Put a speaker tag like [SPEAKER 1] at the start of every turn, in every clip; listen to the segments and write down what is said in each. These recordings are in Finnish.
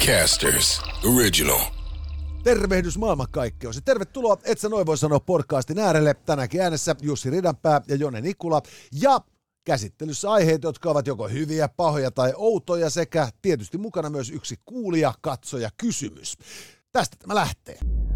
[SPEAKER 1] Podcasters Original.
[SPEAKER 2] Tervehdys maailmankaikkeus ja tervetuloa Et sä noin voi sanoa podcastin äärelle. Tänäänkin äänessä Jussi Ridanpää ja Jone Nikula. Ja käsittelyssä aiheet, jotka ovat joko hyviä, pahoja tai outoja sekä tietysti mukana myös yksi kuulija, katsoja, kysymys. Tästä tämä lähtee.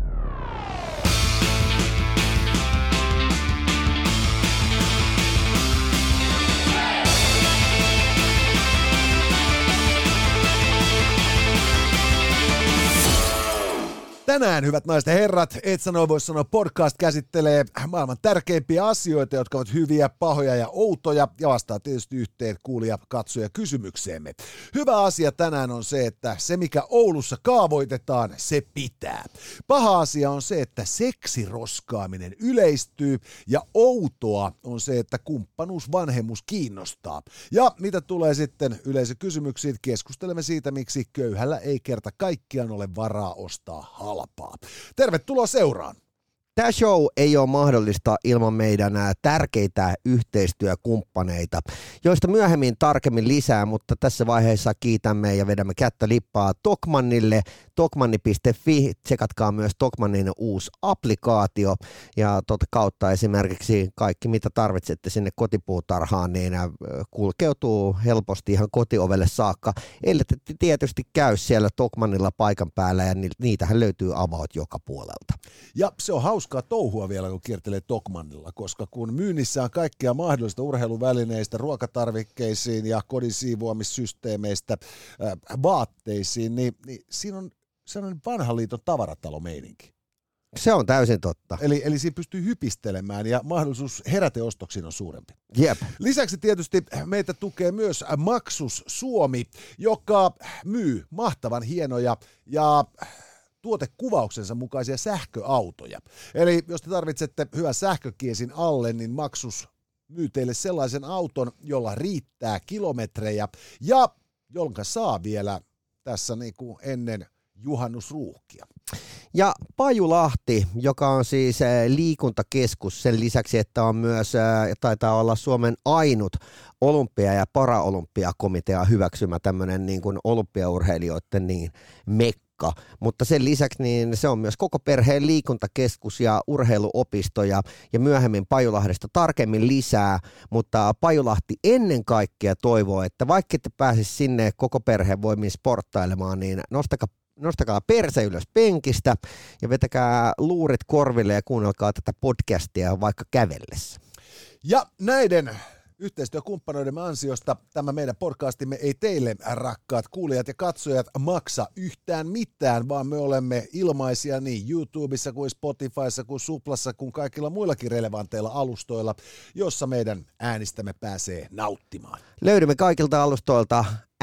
[SPEAKER 2] Tänään, hyvät naiset ja herrat, Et sä noin voi sanoa podcast käsittelee maailman tärkeimpiä asioita, jotka ovat hyviä, pahoja ja outoja, ja vastaa tietysti yhteen kuulija, katsoja kysymykseemme. Hyvä asia tänään on se, että se mikä Oulussa kaavoitetaan, se pitää. Paha asia on se, että seksiroskaaminen yleistyy, ja outoa on se, että kumppanuus, vanhemmuus kiinnostaa. Ja mitä tulee sitten yleisökysymyksiin, keskustelemme siitä, miksi köyhällä ei kerta kaikkiaan ole varaa ostaa halpaa. Tervetuloa seuraan.
[SPEAKER 3] Tämä show ei ole mahdollista ilman meidän tärkeitä yhteistyökumppaneita, joista myöhemmin tarkemmin lisää, mutta tässä vaiheessa kiitämme ja vedämme kättä lippaa Tokmannille, tokmanni.fi, tsekatkaa myös Tokmannin uusi applikaatio ja tuota kautta esimerkiksi kaikki mitä tarvitsette sinne kotipuutarhaan, niin kulkeutuu helposti ihan kotiovelle saakka, ellei tietysti käy siellä Tokmannilla paikan päällä ja niitähän löytyy avaut joka puolelta.
[SPEAKER 2] Ja se on hauskaa touhua vielä, kun kiertelee Tokmannilla, koska kun myynnissä on kaikkea mahdollista urheiluvälineistä, ruokatarvikkeisiin ja kodin siivoamissysteemeistä vaatteisiin, niin siinä on sellainen vanhan liiton tavaratalomeininki.
[SPEAKER 3] Se on täysin totta.
[SPEAKER 2] Eli siinä pystyy hypistelemään ja mahdollisuus heräteostoksiin on suurempi.
[SPEAKER 3] Jep.
[SPEAKER 2] Lisäksi tietysti meitä tukee myös Maxus Suomi, joka myy mahtavan hienoja ja tuotekuvauksensa mukaisia sähköautoja. Eli jos te tarvitsette hyvän sähkökiesin alle, niin Maxus myy teille sellaisen auton, jolla riittää kilometrejä ja jonka saa vielä tässä niin kuin ennen juhannusruuhkia.
[SPEAKER 3] Ja Pajulahti, joka on siis liikuntakeskus sen lisäksi, että on myös, taitaa olla Suomen ainut olympia- ja paraolympiakomitea hyväksymä tämmöinen niin kuin olympiaurheilijoiden niin mekka. Mutta sen lisäksi niin se on myös koko perheen liikuntakeskus ja urheiluopisto ja myöhemmin Pajulahdesta tarkemmin lisää, mutta Pajulahti ennen kaikkea toivoo, että vaikka ette pääsisi sinne koko perheen voimin sporttailemaan, niin nostakaa perse ylös penkistä ja vetäkää luurit korville ja kuunnelkaa tätä podcastia vaikka kävellessä.
[SPEAKER 2] Ja näiden yhteistyökumppanoidemme ansiosta tämä meidän podcastimme ei teille, rakkaat kuulijat ja katsojat, maksa yhtään mitään, vaan me olemme ilmaisia niin YouTubessa kuin Spotifyssa kuin Suplassa kuin kaikilla muillakin relevanteilla alustoilla, jossa meidän äänistämme pääsee nauttimaan.
[SPEAKER 3] Löydymme kaikilta alustoilta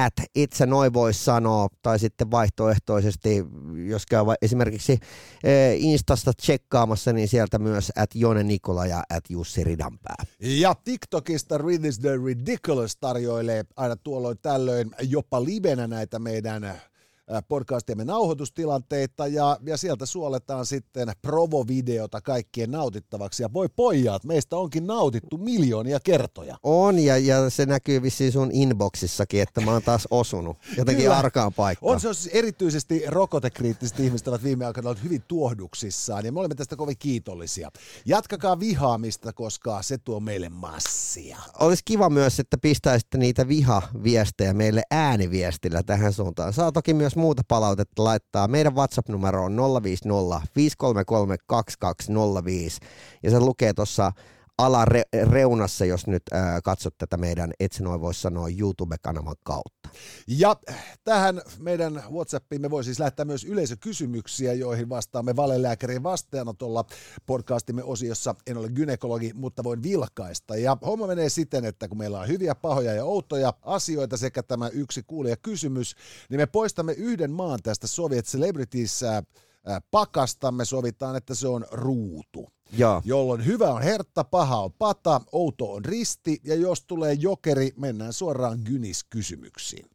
[SPEAKER 3] Et sä noin voi sanoa, tai sitten vaihtoehtoisesti, jos käy esimerkiksi Instasta tsekkaamassa, niin sieltä myös Jone Nikula ja Jussi Ridanpää.
[SPEAKER 2] Ja TikTokista Read is the Ridiculous tarjoilee aina tuolloin tällöin jopa livenä näitä meidän podcastiemme nauhoitustilanteita ja sieltä suoletaan sitten provo-videota kaikkien nautittavaksi. Ja voi pojat, meistä onkin nautittu miljoonia kertoja.
[SPEAKER 3] On ja se näkyy vissiin sun inboxissakin, että mä oon taas osunut jotenkin arkaan paikkaan.
[SPEAKER 2] On se siis erityisesti rokotekriittiset ihmiset ovat viime aikoina olleet hyvin tuohduksissaan ja me olemme tästä kovin kiitollisia. Jatkakaa vihaamista, koska se tuo meille massia.
[SPEAKER 3] Olisi kiva myös, että pistäisitte niitä vihaviestejä meille ääniviestillä tähän suuntaan. Saa toki myös muuta palautetta laittaa. Meidän WhatsApp-numero on 050 533 2205 ja se lukee tuossa alareunassa, jos nyt katsot tätä meidän Et sä noin voi sanoa YouTube-kanavan kautta.
[SPEAKER 2] Ja tähän meidän WhatsAppiin me voi siis lähettää myös yleisökysymyksiä, joihin vastaamme valelääkärin vastaanotolla podcastimme osiossa. En ole gynekologi, mutta voin vilkaista. Ja homma menee siten, että kun meillä on hyviä, pahoja ja outoja asioita sekä tämä yksi kuulija kysymys, niin me poistamme yhden maan tästä Soviet Celebrities pakastamme, sovitaan, että se on ruutu.
[SPEAKER 3] Ja.
[SPEAKER 2] Jolloin hyvä on hertta, paha on pata, outo on risti, ja jos tulee jokeri, mennään suoraan Gynis-kysymyksiin.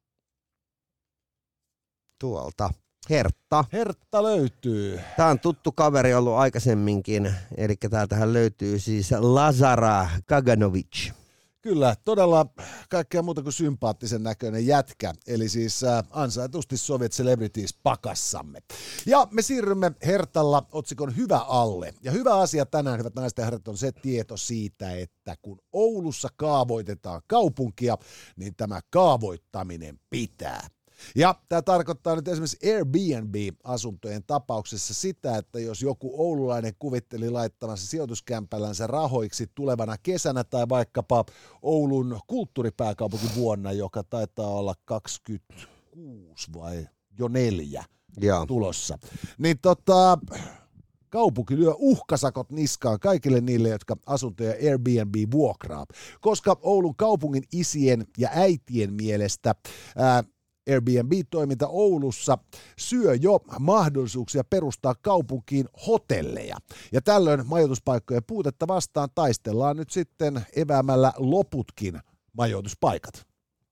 [SPEAKER 3] Tuolta. Hertta.
[SPEAKER 2] Hertta löytyy.
[SPEAKER 3] Tämä on tuttu kaveri ollut aikaisemminkin, eli täältähän löytyy siis Lazara Kaganovic.
[SPEAKER 2] Kyllä, todella kaikkea muuta kuin sympaattisen näköinen jätkä, eli siis ansaitusti Soviet Celebrities pakassamme. Ja me siirrymme Hertalla otsikon Hyvä alle. Ja hyvä asia tänään, hyvät naiset ja herrat, on se tieto siitä, että kun Oulussa kaavoitetaan kaupunkia, niin tämä kaavoittaminen pitää. Ja tämä tarkoittaa nyt esimerkiksi Airbnb-asuntojen tapauksessa sitä, että jos joku oululainen kuvitteli laittavansa sijoituskämpällänsä rahoiksi tulevana kesänä tai vaikkapa Oulun kulttuuripääkaupunkivuonna, joka taitaa olla 26 vai jo 4 tulossa, niin kaupunki lyö uhkasakot niskaan kaikille niille, jotka asuntoja Airbnb vuokraa, koska Oulun kaupungin isien ja äitien mielestä Airbnb-toiminta Oulussa syö jo mahdollisuuksia perustaa kaupunkiin hotelleja. Ja tällöin majoituspaikkojen puutetta vastaan taistellaan nyt sitten eväämällä loputkin majoituspaikat.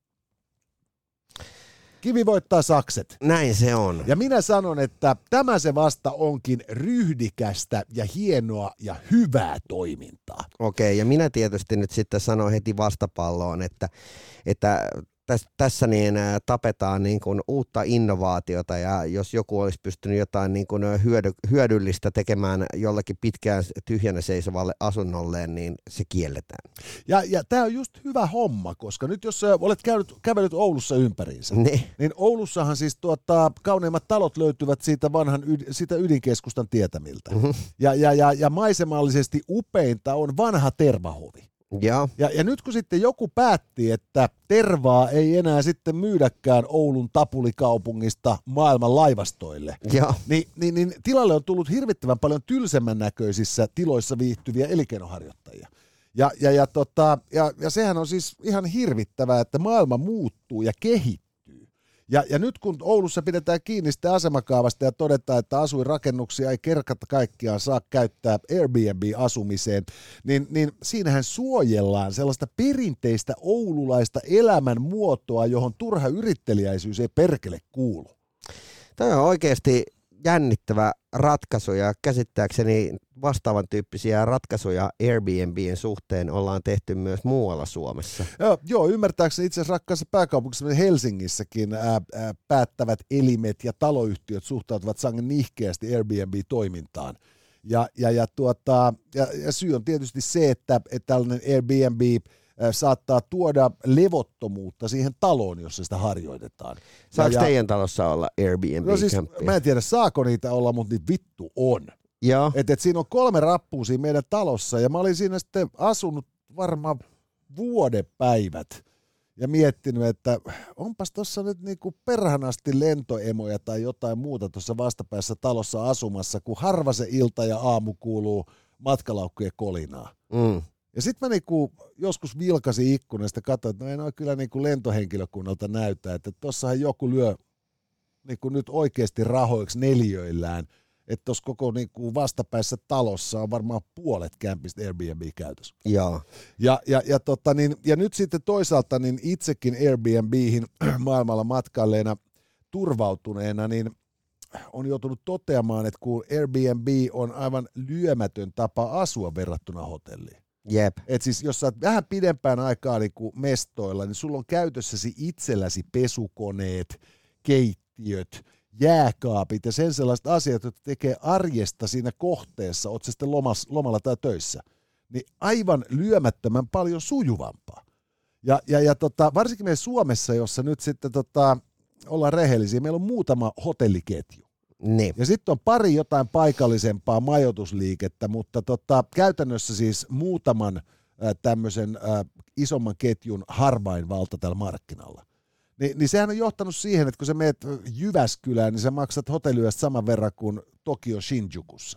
[SPEAKER 2] Kivi voittaa sakset.
[SPEAKER 3] Näin se on.
[SPEAKER 2] Ja minä sanon, että tämä se vasta onkin ryhdikästä ja hienoa ja hyvää toimintaa.
[SPEAKER 3] Okei, ja minä tietysti nyt sitten sanon heti vastapalloon, että tässä niin tapetaan niin kuin uutta innovaatiota, ja jos joku olisi pystynyt jotain niin kuin hyödyllistä tekemään jollekin pitkään tyhjänä seisovalle asunnolleen, niin se kielletään.
[SPEAKER 2] Ja tämä on just hyvä homma, koska nyt jos olet kävellyt Oulussa ympäriinsä, niin Oulussahan siis kauneimmat talot löytyvät siitä sitä ydinkeskustan tietämiltä. Mm-hmm. Ja maisemallisesti upeinta on vanha Tervahovi. Ja nyt kun sitten joku päätti, että tervaa ei enää sitten myydäkään Oulun tapulikaupungista maailman laivastoille, niin tilalle on tullut hirvittävän paljon tylsemmän näköisissä tiloissa viihtyviä elinkeinoharjoittajia. Ja sehän on siis ihan hirvittävää, että maailma muuttuu ja kehittyy. Ja nyt kun Oulussa pidetään kiinni sitä asemakaavasta ja todetaan, että asuinrakennuksia ei kerta kaikkiaan saa käyttää Airbnb-asumiseen, niin siinähän suojellaan sellaista perinteistä oululaista elämänmuotoa, johon turha yritteliäisyys ei perkele kuulu.
[SPEAKER 3] Tämä on oikeasti jännittävä ratkaisu, ja käsittääkseni vastaavan tyyppisiä ratkaisuja Airbnbin suhteen ollaan tehty myös muualla Suomessa.
[SPEAKER 2] Joo, ymmärtääkseni itse asiassa rakkaassa pääkaupungissa Helsingissäkin päättävät elimet ja taloyhtiöt suhtautuvat sangen nihkeästi Airbnb-toimintaan. Ja syy on tietysti se, että tällainen Airbnb saattaa tuoda levottomuutta siihen taloon, jossa sitä harjoitetaan.
[SPEAKER 3] Saako teidän talossa olla Airbnb-kämppiä?
[SPEAKER 2] No siis, mä en tiedä, saako niitä olla, mutta niin vittu on. Et siinä on 3 rappua siinä meidän talossa, ja mä olin siinä sitten asunut varmaan vuoden päivät ja miettinyt, että onpas tuossa nyt niinku perhanasti lentoemoja tai jotain muuta tuossa vastapäässä talossa asumassa, kun harva se ilta ja aamu kuuluu matkalaukkujen kolinaa. Mm. Ja sitten mä niinku joskus vilkasin ikkunasta ja katsoin, että no ei noin kyllä niinku lentohenkilökunnalta näytä, että tossahan joku lyö niinku nyt oikeasti rahoiksi neliöillään, että tuossa koko niinku vastapäissä talossa on varmaan puolet kämpistä Airbnb-käytössä.
[SPEAKER 3] Joo.
[SPEAKER 2] Ja nyt sitten toisaalta niin itsekin Airbnbihin maailmalla matkailleena turvautuneena, niin on joutunut toteamaan, että kun Airbnb on aivan lyömätön tapa asua verrattuna hotelliin.
[SPEAKER 3] Jep.
[SPEAKER 2] Et siis jos sä oot vähän pidempään aikaa niin kuin mestoilla, niin sulla on käytössäsi itselläsi pesukoneet, keittiöt, jääkaapit ja sen sellaiset asiat, jotka tekee arjesta siinä kohteessa, oot sä sitten lomalla tai töissä, niin aivan lyömättömän paljon sujuvampaa. Ja varsinkin meidän Suomessa, jossa nyt sitten ollaan rehellisiä, meillä on muutama hotelliketju.
[SPEAKER 3] Niin.
[SPEAKER 2] Ja sitten on pari jotain paikallisempaa majoitusliikettä, mutta käytännössä siis muutaman tämmöisen isomman ketjun harvain valta tällä markkinalla. Niin sehän on johtanut siihen, että kun sä meet Jyväskylään, niin sä maksat hotelliyöstä saman verran kuin Tokio Shinjukussa.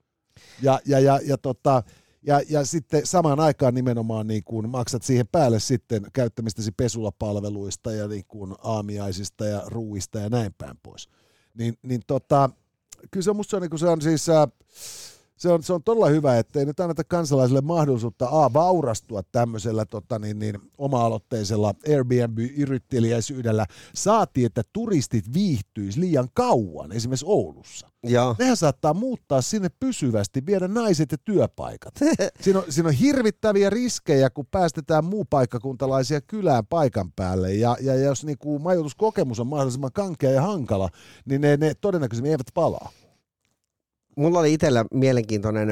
[SPEAKER 2] Ja sitten samaan aikaan nimenomaan niin kun maksat siihen päälle sitten käyttämistäsi pesulapalveluista ja niin kun aamiaisista ja ruuista ja näin päin pois. Kyllä se on musta se on siis Se on todella hyvä, ettei nyt anneta kansalaisille mahdollisuutta vaurastua tämmöisellä oma-aloitteisella Airbnb-yrittelijäisyydellä. Saatiin, että turistit viihtyisi liian kauan, esimerkiksi Oulussa.
[SPEAKER 3] Joo.
[SPEAKER 2] Nehän saattaa muuttaa sinne pysyvästi, viedä naiset ja työpaikat. Siinä on hirvittäviä riskejä, kun päästetään muupaikkakuntalaisia kylään paikan päälle. Ja jos niinku majoituskokemus on mahdollisimman kankea ja hankala, niin ne todennäköisesti eivät palaa.
[SPEAKER 3] Mulla oli itsellä mielenkiintoinen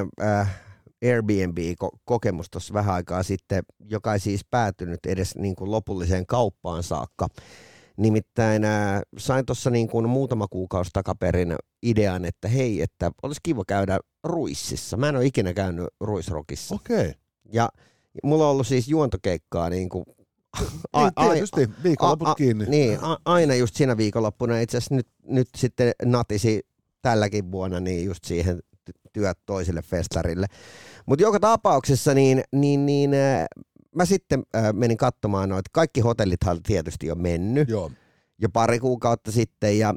[SPEAKER 3] Airbnb-kokemus tuossa vähän aikaa sitten, joka ei siis päätynyt edes niin kuin lopulliseen kauppaan saakka. Nimittäin sain tuossa niin kuin muutama kuukausi takaperin idean, että hei, että olisi kiva käydä Ruississa. Mä en ole ikinä käynyt Ruisrockissa.
[SPEAKER 2] Okei.
[SPEAKER 3] Ja mulla on ollut siis juontokeikkaa niin kuin
[SPEAKER 2] tietysti, viikonloput kiinni.
[SPEAKER 3] Niin, aina just siinä viikonloppuna. Itse asiassa nyt sitten natisi tälläkin vuonna niin just siihen työt toiselle festarille. Mutta joka tapauksessa niin mä sitten menin katsomaan noita. Kaikki hotellithan tietysti on mennyt.
[SPEAKER 2] Joo.
[SPEAKER 3] Jo pari kuukautta sitten ja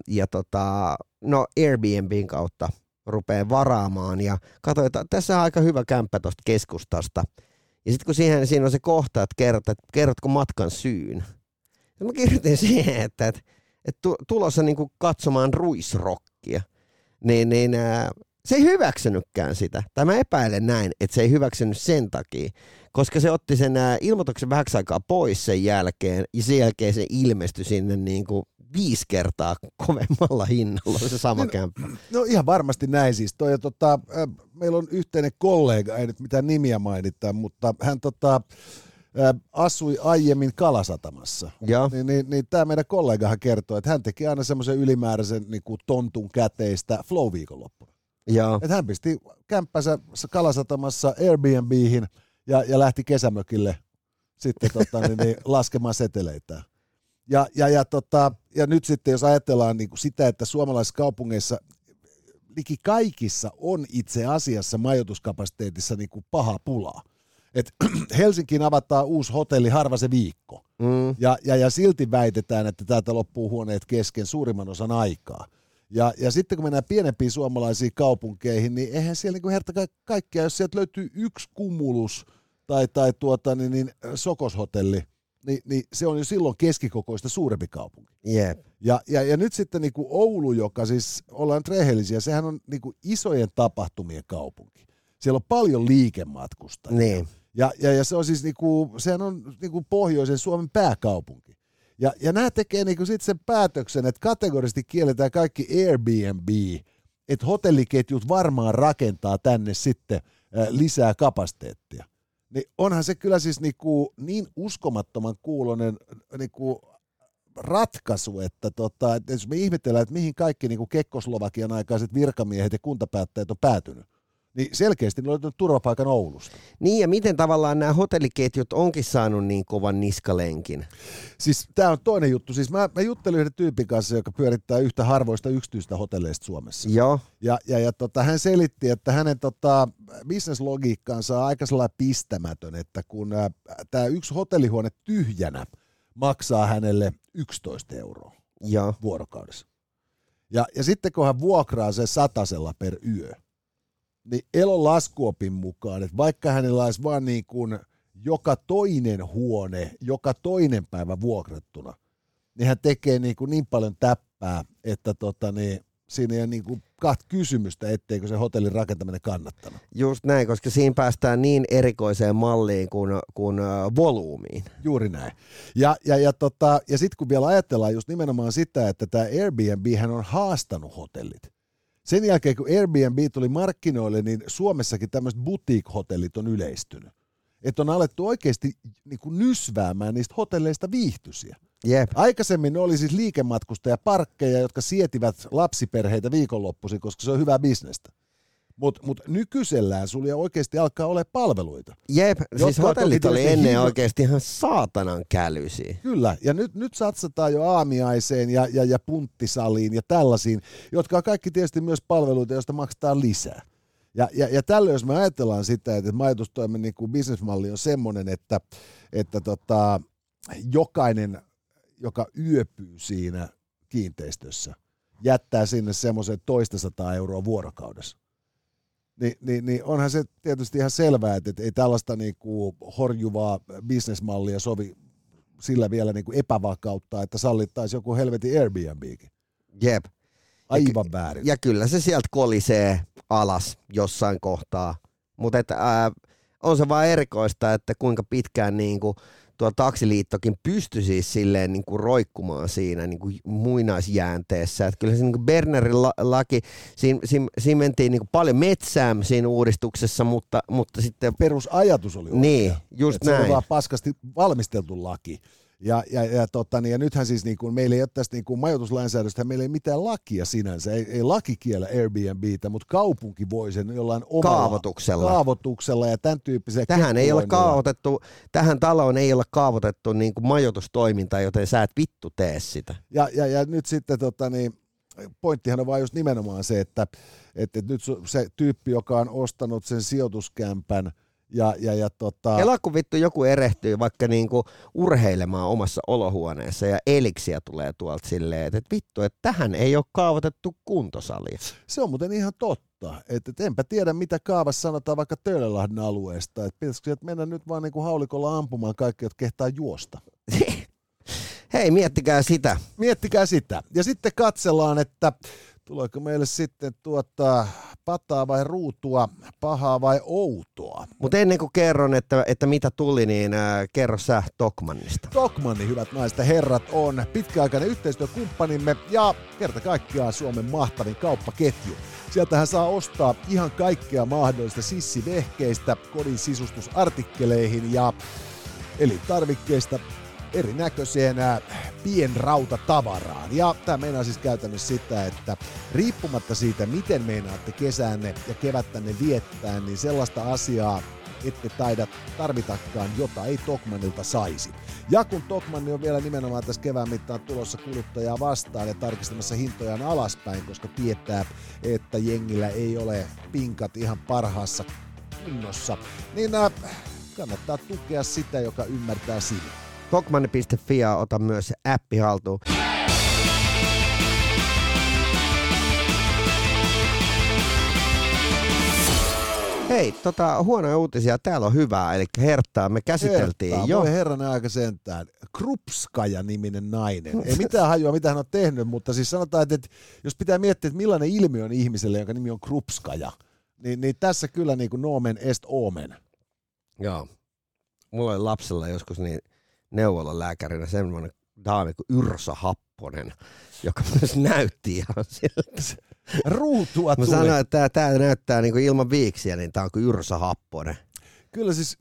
[SPEAKER 3] Airbnbin kautta rupean varaamaan ja katsoin, että tässä on aika hyvä kämppä tuosta keskustasta. Ja sitten kun siinä on se kohta, että kerrotko matkan syyn. Ja mä kirjoitin siihen, että tulossa niinku katsomaan Ruisrockia. Niin se ei hyväksynytkään sitä. Tai mä epäilen näin, että se ei hyväksynyt sen takia, koska se otti sen ilmoituksen vähäksi aikaa pois sen jälkeen, ja sen jälkeen se ilmestyi sinne niin kuin 5 kertaa kovemmalla hinnalla se sama kämppä.
[SPEAKER 2] No ihan varmasti näin siis. Meillä on yhteinen kollega, ei nyt mitään nimiä mainita, mutta hän asui aiemmin Kalasatamassa. Niin tämä meidän kollegahan kertoo, että hän teki aina semmoisen ylimääräisen niin kuin tontun käteistä flow-viikonloppuna. Että hän pisti kämppänsä Kalasatamassa Airbnbihin ja lähti kesämökille sitten laskemaan seteleitä. Ja nyt sitten jos ajatellaan niin kuin sitä, että suomalaisissa kaupungeissa liki kaikissa on itse asiassa majoituskapasiteetissa niin kuin paha pulaa. Et Helsinkiin avataan uusi hotelli harva se viikko. Ja silti väitetään, että täältä loppuu huoneet kesken suurimman osan aikaa. Ja sitten kun mennään pienempiin suomalaisiin kaupunkeihin, niin eihän siellä niin herta kaikkea, jos sieltä löytyy yksi Cumulus tai Sokoshotelli, niin se on jo silloin keskikokoista suurempi kaupunki.
[SPEAKER 3] Yep.
[SPEAKER 2] Ja nyt sitten niin kuin Oulu, joka siis, ollaan rehellisiä, sehän on niin kuin isojen tapahtumien kaupunki. Siellä on paljon liikematkustajia.
[SPEAKER 3] Niin.
[SPEAKER 2] Ja se on siis sehän on pohjoisen Suomen pääkaupunki. Ja nämä tekee sitten sen päätöksen, että kategorisesti kielletään kaikki Airbnb, että hotelliketjut varmaan rakentaa tänne sitten lisää kapasiteettia. Niin onhan se kyllä siis niin uskomattoman kuuloinen ratkaisu, että jos me ihmetellään, että mihin kaikki Kekkoslovakian aikaiset virkamiehet ja kuntapäättäjät on päätynyt, niin selkeästi ne on löytänyt turvapaikan Oulusta.
[SPEAKER 3] Niin ja miten tavallaan nämä hotelliketjut onkin saanut niin kovan niskalenkin?
[SPEAKER 2] Siis tämä on toinen juttu. Siis mä juttelin yhden tyypin kanssa, joka pyörittää yhtä harvoista yksityistä hotelleista Suomessa.
[SPEAKER 3] Joo.
[SPEAKER 2] Ja hän selitti, että hänen bisneslogiikkaansa on aika sellainen pistämätön, että kun tämä yksi hotellihuone tyhjänä maksaa hänelle 11 € vuorokaudessa. Ja sitten kun hän vuokraa sen 100 per yö, niin Elon laskuopin mukaan, että vaikka hänellä olisi vaan niin kuin joka toinen huone, joka toinen päivä vuokrattuna, niin hän tekee niin paljon täppää, että siinä ei ole niin kuin kahta kysymystä, etteikö se hotellin rakentaminen kannattanut.
[SPEAKER 3] Just näin, koska siinä päästään niin erikoiseen malliin kuin volyymiin.
[SPEAKER 2] Juuri näin. Ja sitten kun vielä ajatellaan just nimenomaan sitä, että tämä Airbnbhän on haastanut hotellit. Sen jälkeen, kun Airbnb tuli markkinoille, niin Suomessakin tämmöiset boutique-hotellit on yleistynyt. Että on alettu oikeasti nysväämään niistä hotelleista viihtyisiä.
[SPEAKER 3] Jep.
[SPEAKER 2] Aikaisemmin ne oli siis liikematkustajaparkkeja, jotka sietivät lapsiperheitä viikonloppuisin, koska se on hyvää bisnestä. Mut nykyisellään sulla oikeasti alkaa olla palveluita.
[SPEAKER 3] Jep, siis hotellit oli ennen oikeasti ihan saatanan kälyisiä.
[SPEAKER 2] Kyllä, ja nyt satsataan jo aamiaiseen ja punttisaliin ja tällaisiin, jotka on kaikki tietysti myös palveluita, joista maksetaan lisää. Ja tällöin, jos me ajatellaan sitä, että majoitustoimen bisnesmalli on semmoinen, että jokainen, joka yöpyy siinä kiinteistössä, jättää sinne semmoisen 200 € vuorokaudessa. niin onhan se tietysti ihan selvää, että ei tällaista niinku horjuvaa bisnesmallia sovi sillä vielä niinku epävakauttaa, että sallittaisi joku helvetin Airbnbkin.
[SPEAKER 3] Jep.
[SPEAKER 2] Aivan väärin.
[SPEAKER 3] Ja kyllä se sieltä kolisee alas jossain kohtaa, mutta on se vaan erikoista, että kuinka pitkään niinku tuo taksiliittokin pystyi siis silleen niinku roikkumaan siinä niinku muinaisjäänteessä. Että kyllä se niinku Bernerin laki, siinä mentiin niinku paljon metsään siinä uudistuksessa, mutta sitten
[SPEAKER 2] perusajatus oli oikea.
[SPEAKER 3] Niin, just näin.
[SPEAKER 2] Se oli vaan paskasti valmisteltu laki. Ja nythän siis niin kuin, meillä ei ole tästä niin kuin majoituslainsäädöstä, meillä ei mitään lakia sinänsä, ei laki kiellä Airbnbtä, mutta kaupunki voi sen jollain omalla kaavoituksella ja tämän tyyppisellä. Tähän taloon ei ole kaavoitettu niin kuin majoitustoimintaa, joten sä et vittu tee sitä. Ja nyt sitten pointtihan on vaan just nimenomaan se, että nyt se tyyppi, joka on ostanut sen sijoituskämpän,
[SPEAKER 3] Ela kun vittu joku erehtyy vaikka niinku urheilemaan omassa olohuoneessa ja eliksiä tulee tuolta silleen, että vittu, että tähän ei ole kaavoitettu kuntosalia.
[SPEAKER 2] Se on muuten ihan totta, että enpä tiedä mitä kaavassa sanotaan vaikka Töölönlahden alueesta, että pitäisikö sieltä mennä nyt vaan niinku haulikolla ampumaan kaikki, jotka kehtaa juosta.
[SPEAKER 3] Hei, miettikää sitä.
[SPEAKER 2] Miettikää sitä. Ja sitten katsellaan, että tuleeko meille sitten pataa vai ruutua, pahaa vai outoa?
[SPEAKER 3] Mutta ennen kuin kerron, että mitä tuli, niin kerro sä Tokmannista.
[SPEAKER 2] Tokmanni, hyvät naiset ja herrat, on pitkäaikainen yhteistyökumppanimme ja kerta kaikkiaan Suomen mahtavin kauppaketju. Sieltähän saa ostaa ihan kaikkea mahdollista sissivehkeistä kodin sisustusartikkeleihin ja elintarvikkeista erinäköiseen pienrautatavaraan. Ja tämä meinaa siis käytännössä sitä, että riippumatta siitä, miten meinaatte kesäänne ja kevättänne viettää, niin sellaista asiaa ette taida tarvitakaan, jota ei Tokmannilta saisi. Ja kun Tokmanni on vielä nimenomaan tässä kevään mittaan tulossa kuluttajaa vastaan ja tarkistamassa hintojaan alaspäin, koska tietää, että jengillä ei ole pinkat ihan parhaassa kunnossa, niin kannattaa tukea sitä, joka ymmärtää sinua.
[SPEAKER 3] Tokmanni.fi ja ota myös appi haltuun. Hei, huonoja uutisia. Täällä on hyvää, eli Herttaa me käsiteltiin jo.
[SPEAKER 2] Voi herranen aika sentään. Krupskaja-niminen nainen. Ei mitään hajua, mitä hän on tehnyt, mutta siis sanotaan, että jos pitää miettiä, että millainen ilmiö on ihmiselle, jonka nimi on Krupskaja, niin tässä kyllä niin kuin nomen est omen.
[SPEAKER 3] Joo. Mulla oli lapsella joskus niin neuvolalääkärinä semmoinen daami kuin Yrsa Happonen, joka myös näytti ihan siltä.
[SPEAKER 2] Ruutua tuli.
[SPEAKER 3] Mä sanoin, että tämä näyttää niin kuin ilman viiksiä, niin tämä on kuin Yrsa Happonen.
[SPEAKER 2] Kyllä siis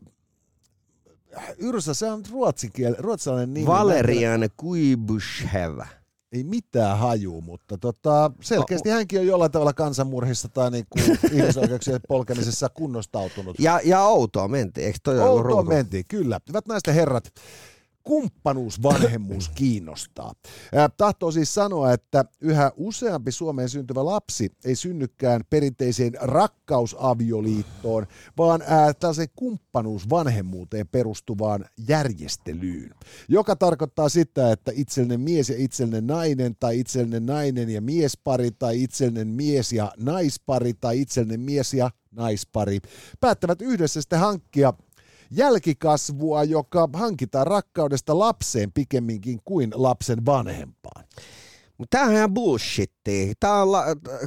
[SPEAKER 2] Yrsa, se on ruotsalainen nimi.
[SPEAKER 3] Valerian Kuibusheva.
[SPEAKER 2] Ei mitään hajua, mutta selkeästi hänkin on jollain tavalla kansanmurhissa tai niinku ihmisoikeuksien polkemisessa kunnostautunut.
[SPEAKER 3] Ja outoa mentiin, eikö toi ollut
[SPEAKER 2] outoa mentiin, kyllä. Hyvät naiset ja herrat, kumppanuus, vanhemmuus kiinnostaa. Tahtoo siis sanoa, että yhä useampi Suomeen syntyvä lapsi ei synnykään perinteiseen rakkausavioliittoon, vaan tällaiseen kumppanuusvanhemmuuteen perustuvaan järjestelyyn, joka tarkoittaa sitä, että itsellinen mies ja itsellinen nainen, tai itsellinen nainen ja miespari, tai itsellinen mies ja naispari, tai itsellinen mies ja naispari päättävät yhdessä sitten hankkia jälkikasvua, joka hankitaan rakkaudesta lapseen pikemminkin kuin lapsen vanhempaan.
[SPEAKER 3] Tämähän on ihan bullshittia. Tämä on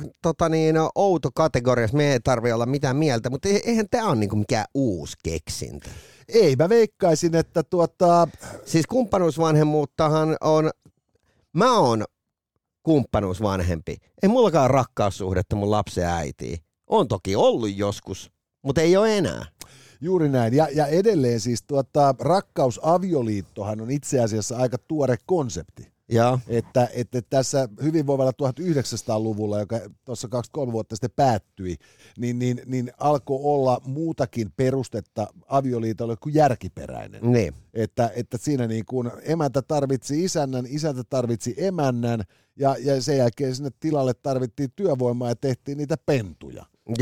[SPEAKER 3] outo kategoria, me ei tarvitse olla mitään mieltä, mutta eihän tämä ole niinku mikään uusi keksintö.
[SPEAKER 2] Ei, mä veikkaisin, että
[SPEAKER 3] Siis kumppanuusvanhemmuuttahan on, mä oon kumppanuusvanhempi. Ei mullakaan rakkaussuhdetta mun lapsen äitiin. On toki ollut joskus, mutta ei ole enää.
[SPEAKER 2] Juuri näin. Ja edelleen siis rakkausavioliittohan on itse asiassa aika tuore konsepti.
[SPEAKER 3] Ja.
[SPEAKER 2] Että tässä hyvinvoivalla 1900-luvulla, joka tuossa 2-3 vuotta sitten päättyi, niin alkoi olla muutakin perustetta avioliitolle kuin järkiperäinen.
[SPEAKER 3] Niin.
[SPEAKER 2] Että siinä niin kuin emäntä tarvitsi isännän, isäntä tarvitsi emännän ja sen jälkeen sinne tilalle tarvittiin työvoimaa ja tehtiin niitä pentuja.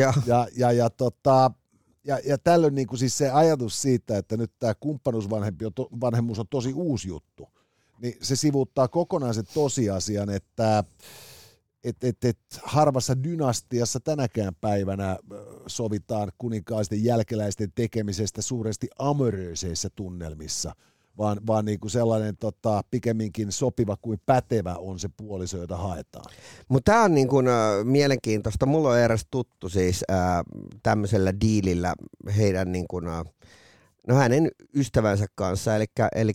[SPEAKER 2] Ja tällöin niin kuin siis se ajatus siitä, että nyt tämä kumppanuusvanhemmuus on tosi uusi juttu, niin se sivuuttaa kokonaan sen tosiasian, että harvassa dynastiassa tänäkään päivänä sovitaan kuninkaisten jälkeläisten tekemisestä suuresti amoröiseissä tunnelmissa, vaan niin kuin sellainen pikemminkin sopiva kuin pätevä on se puoliso, jota haetaan.
[SPEAKER 3] Mutta tämä on niin kuin, mielenkiintoista. Mulla on eräs tuttu siis tämmöisellä diilillä heidän niin kuin, hänen ystävänsä kanssa, eli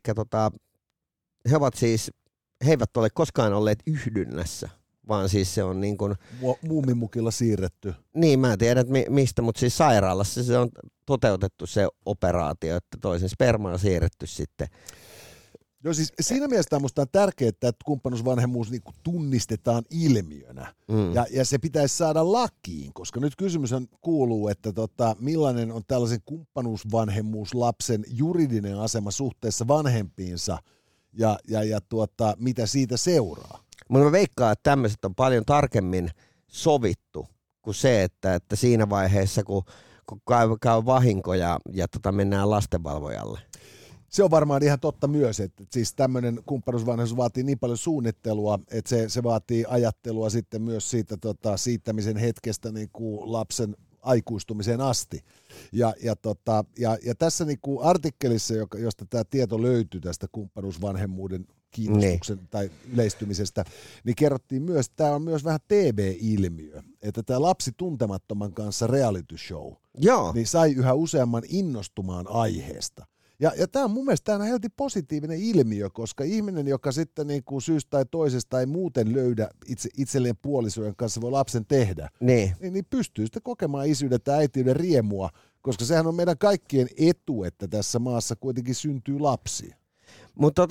[SPEAKER 3] he eivät ole koskaan olleet yhdynnässä, vaan siis se on niin kuin...
[SPEAKER 2] Muumimukilla siirretty.
[SPEAKER 3] Niin, mä en tiedä mistä, mutta siis sairaalassa se on toteutettu se operaatio, että toisen sperma on siirretty sitten.
[SPEAKER 2] Joo, siis siinä mielessä minusta on tärkeää, että kumppanuusvanhemmuus niin kuin tunnistetaan ilmiönä, ja se pitäisi saada lakiin, koska nyt kysymys kuuluu, että millainen on tällaisen kumppanuusvanhemmuuslapsen juridinen asema suhteessa vanhempiinsa, ja mitä siitä seuraa.
[SPEAKER 3] Mutta mä veikkaan, että tämmöiset on paljon tarkemmin sovittu kuin se, että siinä vaiheessa, kun käy vahinko ja mennään lastenvalvojalle.
[SPEAKER 2] Se on varmaan ihan totta myös, että siis tämmöinen kumppanuusvanhemmuus vaatii niin paljon suunnittelua, että se vaatii ajattelua sitten myös siitä siittämisen hetkestä niin kuin lapsen aikuistumiseen asti. Ja tässä niin kuin artikkelissa, josta tämä tieto löytyy tästä kumppanuusvanhemmuuden kiinnostuksen tai yleistymisestä, niin kerrottiin myös, että tämä on myös vähän TV-ilmiö, että tämä lapsi tuntemattoman kanssa reality show, niin sai yhä useamman innostumaan aiheesta. Ja tämä on mun mielestä tämä on helti positiivinen ilmiö, koska ihminen, joka sitten niin kuin syystä tai toisesta ei muuten löydä itselleen puolisojen kanssa voi lapsen tehdä, niin pystyy sitten kokemaan isyyden tai äitiyden riemua, koska sehän on meidän kaikkien etu, että tässä maassa kuitenkin syntyy lapsia.
[SPEAKER 3] Mutta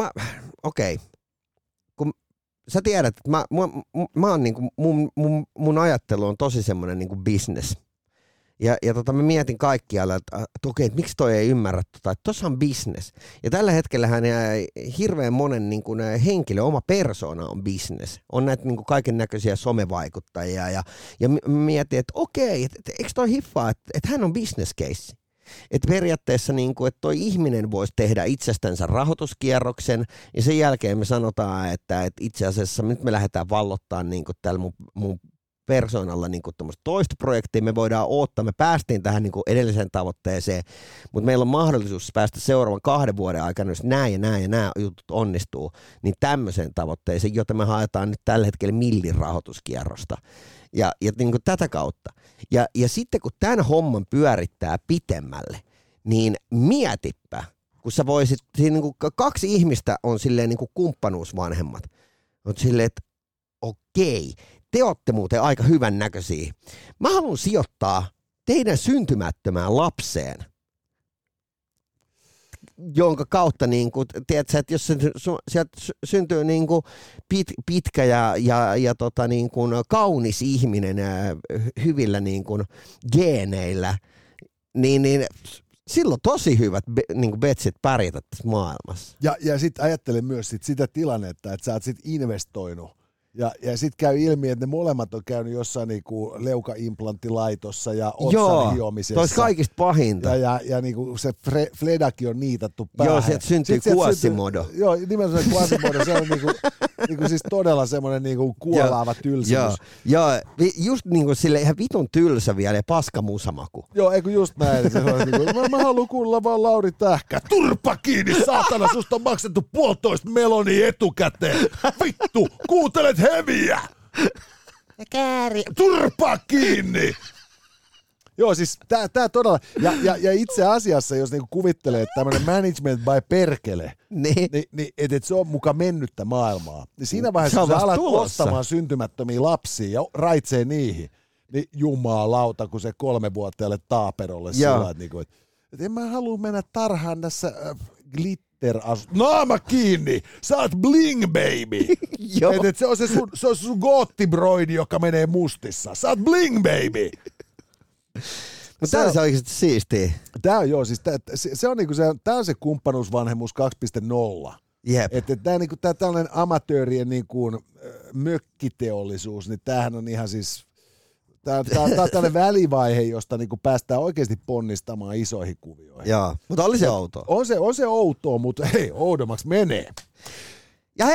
[SPEAKER 3] kun sä tiedät, että mä oon niinku, mun ajattelu on tosi semmoinen niinku business. Ja mä mietin kaikkialla, että että miksi toi ei ymmärrä että tuossa on business. Ja tällä hetkellähän hirveän monen niin kuin, henkilö, oma persona on business. On näitä niin kuin, kaiken näköisiä somevaikuttajia ja mietin, että että eikö toi hiffaa, että hän on business case. Että periaatteessa niin kuin, että toi ihminen voisi tehdä itsestänsä rahoituskierroksen ja sen jälkeen me sanotaan, että itse asiassa nyt me lähdetään vallottaa niin kuin tällä mun persoonalla niin kuin toista projektia, me voidaan odottaa, me päästiin tähän niin kuin edelliseen tavoitteeseen, mutta meillä on mahdollisuus päästä seuraavan 2 vuoden aikana, jos nämä jutut onnistuu, niin tämmöiseen tavoitteeseen, jota me haetaan nyt tällä hetkellä millin rahoituskierrosta. Ja niin kuin tätä kautta. Ja sitten kun tämän homman pyörittää pitemmälle, niin mietipä, kun sä voisit, niin kuin 2 ihmistä on silleen niin kuin kumppanuusvanhemmat, on silleen, että okei, te olette muuten aika hyvän näköisiä. Mä haluan sijoittaa teidän syntymättömään lapseen, jonka kautta, niin kuin, tiedätkö, että jos sieltä syntyy niin kuin pitkä ja niin kuin kaunis ihminen hyvillä niin kuin geeneillä, niin silloin tosi hyvät niin kuin betsit pärjätä tässä maailmassa.
[SPEAKER 2] Ja sitten ajattelen myös sitä tilannetta, että sä oot sitten investoinut. Ja sitten käy ilmi, että ne molemmat on käynyt jossain niinku leukaimplanttilaitossa ja otsan hiomisessa.
[SPEAKER 3] Joo, toi kaikista pahinta.
[SPEAKER 2] Ja niinku se Fledakin on niitattu päähän.
[SPEAKER 3] Joo, sieltä syntyy Quasimodo.
[SPEAKER 2] Joo, nimenomaan Quasimodo, se on niinku siis todella semmoinen niinku kuolaava tylsymys.
[SPEAKER 3] Joo, just niinku sille ihan vitun tylsä vielä ja paska musamaku.
[SPEAKER 2] Joo, eikö just näin. Niinku, mä haluan kuulla vaan Lauri Tähkä. Turpa kiinni, saatana, susta on maksettu 1,5 melonia etukäteen. Vittu, kuuntelet heviä!
[SPEAKER 3] Kääri.
[SPEAKER 2] Turpa kiinni! Joo, siis tää todella, ja itse asiassa, jos niinku kuvittelee, että tämmönen management by perkele, niin että se on muka mennyttä maailmaa, niin siinä vaiheessa, kun sä alat ostamaan syntymättömiä lapsia ja raitsee niihin, niin jumalauta, kun se 3-vuotiaalle taaperolle sillä, että en mä halua mennä tarhaan tässä naama kiinni! Sä oot bling baby! Et se on se sun goottibroidi, joka menee mustissa. Sä oot bling baby!
[SPEAKER 3] Mutta tää on se oikeasti siistiä.
[SPEAKER 2] Tää on joo, siis se on niinku tää on se kumppanuusvanhemmuus 2.0.
[SPEAKER 3] Jep.
[SPEAKER 2] Että tää niinku tää tällainen amatöörien niinku mökkiteollisuus, niin tämähän on ihan siis Tämä on tällainen välivaihe, josta niinku päästään oikeasti ponnistamaan isoihin kuvioihin.
[SPEAKER 3] Joo, mutta oli se outoa.
[SPEAKER 2] On se outoa, mutta hei, oudommaksi menee.
[SPEAKER 3] Ja hei,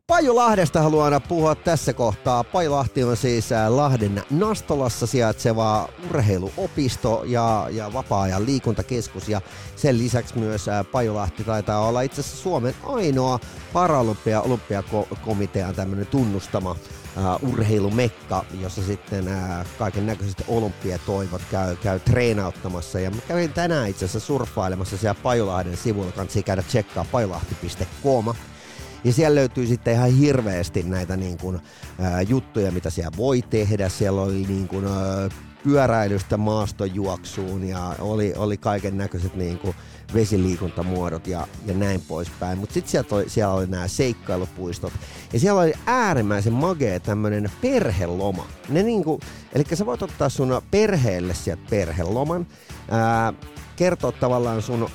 [SPEAKER 3] Pajulahdesta haluan puhua tässä kohtaa. Pajulahti on siis Lahden Nastolassa sijaitseva urheiluopisto ja vapaa-ajan liikuntakeskus. Ja sen lisäksi myös Pajulahti taitaa olla itse asiassa Suomen ainoa olympiakomitean tämmöinen tunnustama urheilumekka, jossa sitten kaiken näköiset olympiatoivot käy treenauttamassa. Ja mä kävin tänään itse asiassa surffailemassa siellä Pajulahden sivuilla, kannattaa käydä tsekkaa pajulahti.com. Ja siellä löytyy sitten ihan hirveästi näitä niin kuin, juttuja, mitä siellä voi tehdä. Siellä oli niin kuin, pyöräilystä maastonjuoksuun ja oli kaiken näköiset niin kuin vesiliikuntamuodot ja näin poispäin. Mutta sitten siellä oli nämä seikkailupuistot ja siellä oli äärimmäisen magea tämmöinen perheloma. Eli sä voit ottaa sun perheelle sieltä perheloman, kertoa tavallaan sun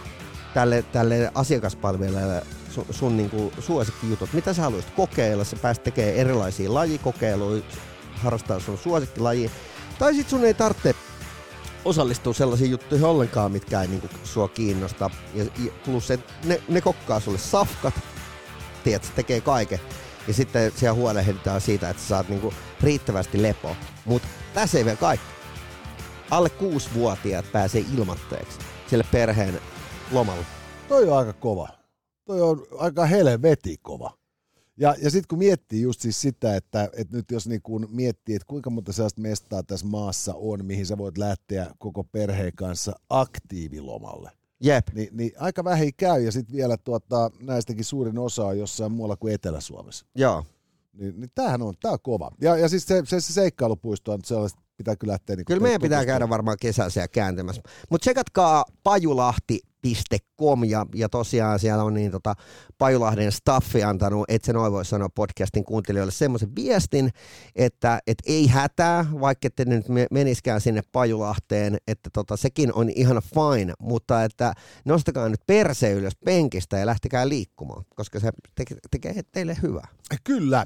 [SPEAKER 3] tälle asiakaspalvelijalle sun niinku suosikkijutut, mitä sä haluaisit kokeilla, sä pääset tekemään erilaisia lajikokeiluja, harrastaa sun suosikkilajia, tai sit sun ei tarvitse osallistua sellaisiin juttuihin ollenkaan, mitkä ei niinku sua kiinnosta, ja plus ne kokkaa sulle safkat, tiedät, se tekee kaiken, ja sitten siellä huolehditaan siitä, että sä saat niinku riittävästi lepoa, mutta tässä ei vielä kaikki. Alle 6-vuotiaat pääsee ilmatteeksi sille perheen lomalle.
[SPEAKER 2] Toi on aika kova. Toi on aika helvetin kova. Ja sitten kun miettii just siis sitä, että nyt jos niin kun miettii, että kuinka monta sellaista mestaa tässä maassa on, mihin sä voit lähteä koko perheen kanssa aktiivilomalle.
[SPEAKER 3] Jep.
[SPEAKER 2] Niin aika vähin käy ja sitten vielä näistäkin suurin osa on jossain muualla kuin Etelä-Suomessa.
[SPEAKER 3] Joo.
[SPEAKER 2] Niin tää on kova. Ja siis se seikkailupuisto on sellaista, pitää kyllä lähteä. Niin
[SPEAKER 3] kyllä meidän pitää käydä varmaan kesällä siellä kääntymässä. Mutta tsekatkaa pajulahti.com ja tosiaan siellä on niin Pajulahden staffi antanut, et se noin voi sanoa podcastin kuuntelijoille semmoisen viestin, että ei hätää, vaikka ette nyt meniskään sinne Pajulahteen, että sekin on ihan fine, mutta että nostakaa nyt perse ylös penkistä ja lähtekää liikkumaan, koska se tekee teille hyvää.
[SPEAKER 2] Kyllä.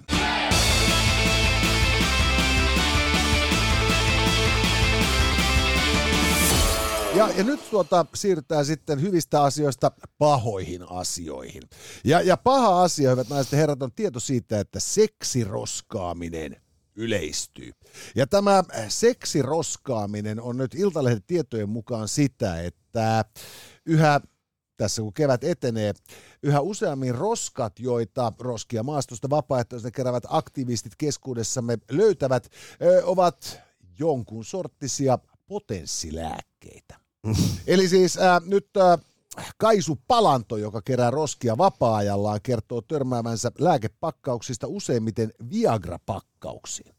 [SPEAKER 2] Ja nyt siirrytään sitten hyvistä asioista pahoihin asioihin. Ja paha asia, hyvät naiset ja herrat, on tieto siitä, että seksiroskaaminen yleistyy. Ja tämä seksiroskaaminen on nyt Iltalehden tietojen mukaan sitä, että tässä kun kevät etenee, yhä useammin roskat, joita roskia maastosta vapaaehtoisesti keräävät aktivistit keskuudessamme löytävät, ovat jonkun sorttisia potenssilääkkeitä. Eli siis nyt Kaisu Palanto, joka kerää roskia vapaa-ajallaan, kertoo törmäävänsä lääkepakkauksista useimmiten Viagra-pakkauksiin.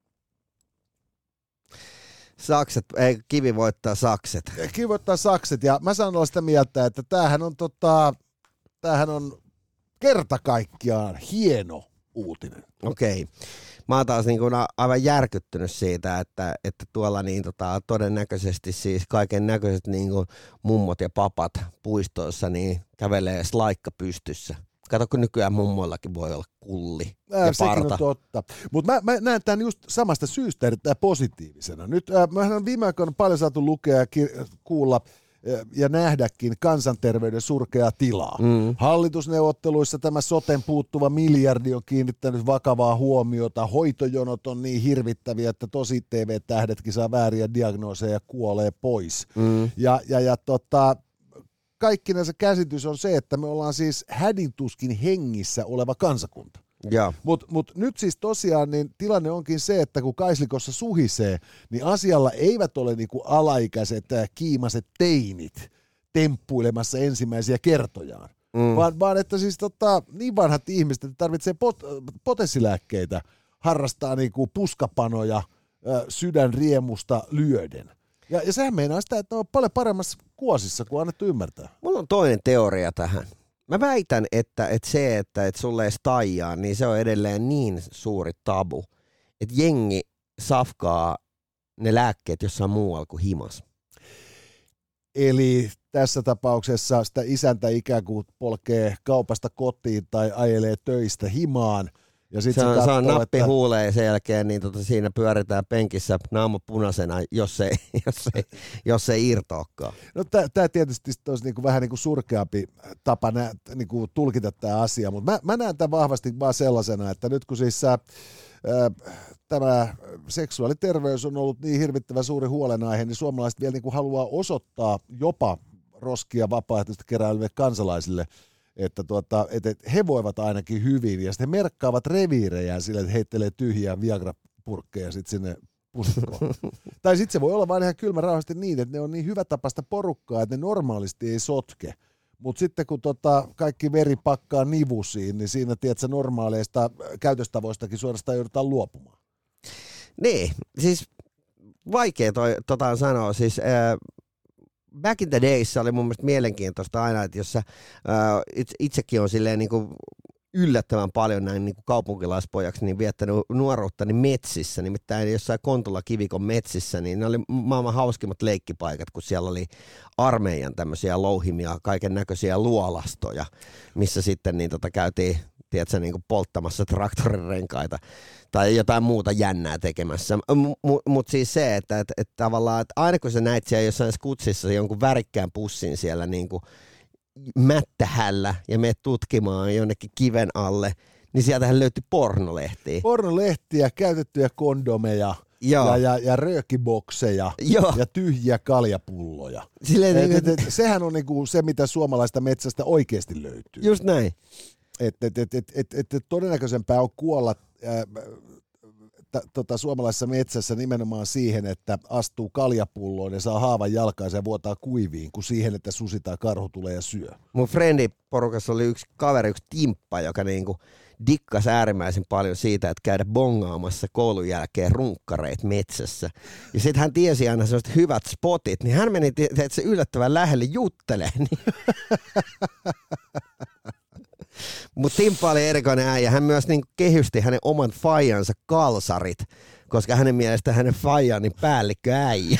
[SPEAKER 3] Sakset, kivi voittaa sakset.
[SPEAKER 2] Kivi voittaa sakset, ja mä sanon olla sitä mieltä, että tämähän on kerta kaikkiaan hieno uutinen.
[SPEAKER 3] Okei. Mä oon taas niin kuin aivan järkyttynyt siitä, että tuolla niin todennäköisesti siis kaiken näköiset niin kuin mummot ja papat puistoissa niin kävelee slaikka pystyssä. Kato, kun nykyään mummoillakin voi olla kulli ja parta.
[SPEAKER 2] Sekin on totta. Mutta mä näen tämän just samasta syystä erittäin positiivisena. Nyt mehän on viime aikoina paljon saatu lukea ja kuulla ja nähdäkin kansanterveyden surkeaa tilaa. Hallitusneuvotteluissa tämä soten puuttuva miljardi on kiinnittänyt vakavaa huomiota. Hoitojonot on niin hirvittäviä, että tosi TV-tähdetkin saa vääriä diagnooseja ja kuolee pois. Kaikkinensa käsitys on se, että me ollaan siis hädintuskin hengissä oleva kansakunta. Mut nyt siis tosiaan niin tilanne onkin se, että kun Kaislikossa suhisee, niin asialla eivät ole niinku alaikäiset kiimaset teinit temppuilemassa ensimmäisiä kertojaan, vaan että siis niin vanhat ihmiset, että tarvitsee potenssilääkkeitä harrastaa niinku puskapanoja sydän riemusta lyöden. Ja sehän meinaa sitä, että ne on paljon paremmassa kuosissa kuin annettu ymmärtää.
[SPEAKER 3] Mulla on toinen teoria tähän. Mä väitän, että sulle ei staijaa, niin se on edelleen niin suuri tabu, että jengi safkaa ne lääkkeet jossain muualla kuin himas.
[SPEAKER 2] Eli tässä tapauksessa sitä isäntä ikään kuin polkee kaupasta kotiin tai ajelee töistä himaan Ja sit
[SPEAKER 3] se on
[SPEAKER 2] katsoo,
[SPEAKER 3] nappi huuleen ja sen jälkeen niin siinä pyöritään penkissä naama punaisena, jos ei irtoakaan.
[SPEAKER 2] No tämä tietysti olisi niinku vähän niinku surkeampi tapa niinku tulkita tämä asia, mutta mä näen tämän vahvasti vaan sellaisena, että nyt kun siis tämä seksuaaliterveys on ollut niin hirvittävän suuri huolenaihe, niin suomalaiset vielä niinku haluaa osoittaa jopa roskia vapaaehtoisesti keräileville kansalaisille, että he voivat ainakin hyvin, ja sitten he merkkaavat reviirejään sillä, että heittelee tyhjiä Viagra-purkkeja sitten sinne pusikkoon. Tai sitten se voi olla vain ihan kylmä rauhallisesti niin, että ne on niin hyvätapaista porukkaa, että ne normaalisti ei sotke. Mutta sitten kun kaikki veri pakkaa nivusiin, niin siinä tiedätkö, normaaleista käytöstavoistakin suorastaan joudutaan luopumaan.
[SPEAKER 3] Niin, siis vaikea sanoa. Siis, back in the days oli mun mielestä mielenkiintoista aina, että jos sä itsekin on silleen niin kuin yllättävän paljon näin niin kuin kaupunkilaispojaksi niin viettänyt nuoruuttani metsissä, nimittäin jossain Kontula Kivikon metsissä, niin ne oli maailman hauskimmat leikkipaikat, kun siellä oli armeijan tämmöisiä louhimia, kaiken näköisiä luolastoja, missä sitten niin käytiin, tiedätkö, niin kuin polttamassa traktorirenkaita tai jotain muuta jännää tekemässä. Mutta siis se, että tavallaan, että aina kun sä näit siellä jossain skutsissa jonkun värikkään pussin siellä niin kuin mättähällä ja menet tutkimaan jonnekin kiven alle, niin sieltähän löytyi pornolehtiä.
[SPEAKER 2] Pornolehtiä, käytettyjä kondomeja ja röökibokseja ja tyhjiä kaljapulloja. Sehän on niinku se, mitä suomalaista metsästä oikeasti löytyy.
[SPEAKER 3] Just näin.
[SPEAKER 2] Että todennäköisempää on kuolla suomalaisessa metsässä nimenomaan siihen, että astuu kaljapulloon ja saa haavan jalkaansa ja vuotaa kuiviin, kuin siihen, että susi tai karhu tulee ja syö.
[SPEAKER 3] Mun friendiporukassa oli yksi kaveri, yksi timppa, joka niinku dikkasi äärimmäisen paljon siitä, että käydä bongaamassa koulun jälkeen runkkareit metsässä. Ja sitten hän tiesi aina sellaiset hyvät spotit, niin hän meni se yllättävän lähelle juttelemaan. Mutta Timppa oli erikoinen äijä. Hän myös niin kehysti hänen oman faijansa kalsarit, koska hänen mielestä hänen faija on niin päällikköäijä.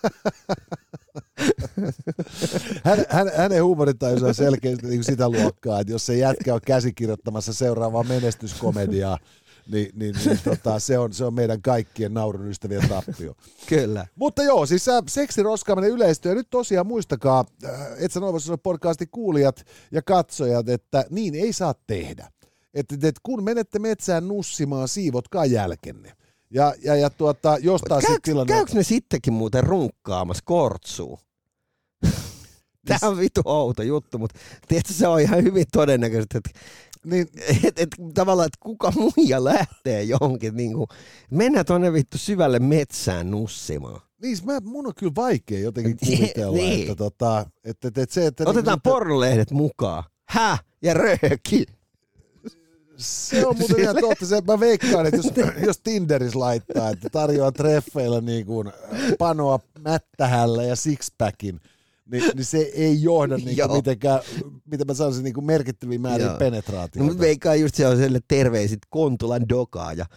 [SPEAKER 2] Hänen huumorintajunsa on selkeästi niin sitä luokkaa, että jos se jätkä on käsikirjoittamassa seuraavaa menestyskomediaa, niin se on meidän kaikkien naurun ystävien tappio.
[SPEAKER 3] Kyllä.
[SPEAKER 2] Mutta joo, siis seksiroskaaminen yleistyy. Ja nyt tosiaan muistakaa, Etsä Novossa podcastin kuulijat ja katsojat, että niin ei saa tehdä. Että kun menette metsään nussimaan, siivotkaa jälkenne. Ja jostain sitten tilanne...
[SPEAKER 3] Käykö ne sittenkin muuten runkkaamassa kortsuun? Tämä on vitu outo juttu, mutta tiedätkö, se on ihan hyvin todennäköistä, että niin, tavallaan, että kuka muija lähtee johonkin, niin kuin, mennään tuonne vittu syvälle metsään nussimaan.
[SPEAKER 2] Niin, mun on kyllä vaikea jotenkin kuvitella,
[SPEAKER 3] niin.
[SPEAKER 2] että
[SPEAKER 3] otetaan pornolehdet mukaan. Ja rööki.
[SPEAKER 2] Se on muuten ihan totta. Mä veikkaan, että jos Tinderissä laittaa, että tarjoaa treffeillä niin kuin panoa mättähällä ja sixpackin, niin se ei johda niinku mitenkään, mitä mä sanoisin, niinku merkittäviä määrin penetraatiota.
[SPEAKER 3] No, veikkaan just se on sellainen terveisit Kontulan dokaaja.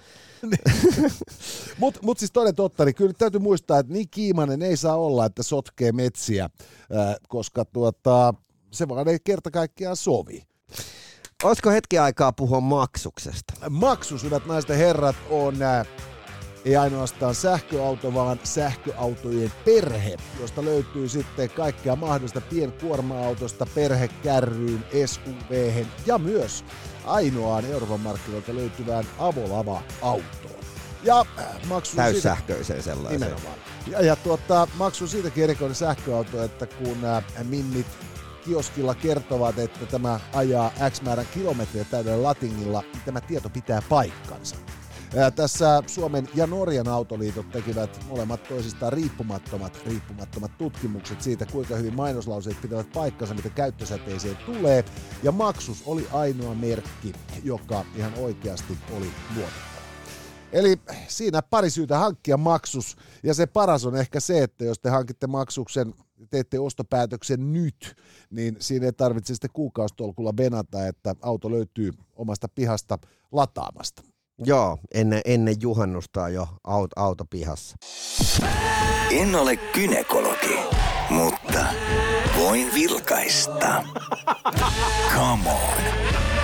[SPEAKER 2] Mut siis toden totta, niin kyllä täytyy muistaa, että niin kiimainen ei saa olla, että sotkee metsiä, koska se vaan ei kerta kaikkiaan sovi.
[SPEAKER 3] Olisiko hetki aikaa puhua maksuksesta?
[SPEAKER 2] Maksus, hyvät naiset ja herrat, on ei ainoastaan sähköauto, vaan sähköautojen perhe, josta löytyy sitten kaikkea mahdollista pienkuorma-autosta, perhekärryyn, SUV:hen ja myös ainoaan Euroopan markkinoilta löytyvään avolava-autoon. Ja maksu
[SPEAKER 3] täyssähköiseen sellaiseen.
[SPEAKER 2] Nimenomaan. Maksu siitäkin erikoinen sähköauto, että kun minnit kioskilla kertovat, että tämä ajaa X määrän kilometriä täydellä latingilla, niin tämä tieto pitää paikkansa. Tässä Suomen ja Norjan autoliitot tekivät molemmat toisistaan riippumattomat tutkimukset siitä, kuinka hyvin mainoslauseet pitävät paikkansa, mitä käyttösäteiseen tulee. Ja Maksus oli ainoa merkki, joka ihan oikeasti oli luotettava. Eli siinä pari syytä hankkia Maksus, ja se paras on ehkä se, että jos te hankitte Maksuksen, teette ostopäätöksen nyt, niin siinä ei tarvitse sitten kuukausitolkulla venata, että auto löytyy omasta pihasta lataamasta.
[SPEAKER 3] Joo, ennen juhannusta on jo auto pihassa.
[SPEAKER 1] En ole gynekologi, mutta voin vilkaista. Come on.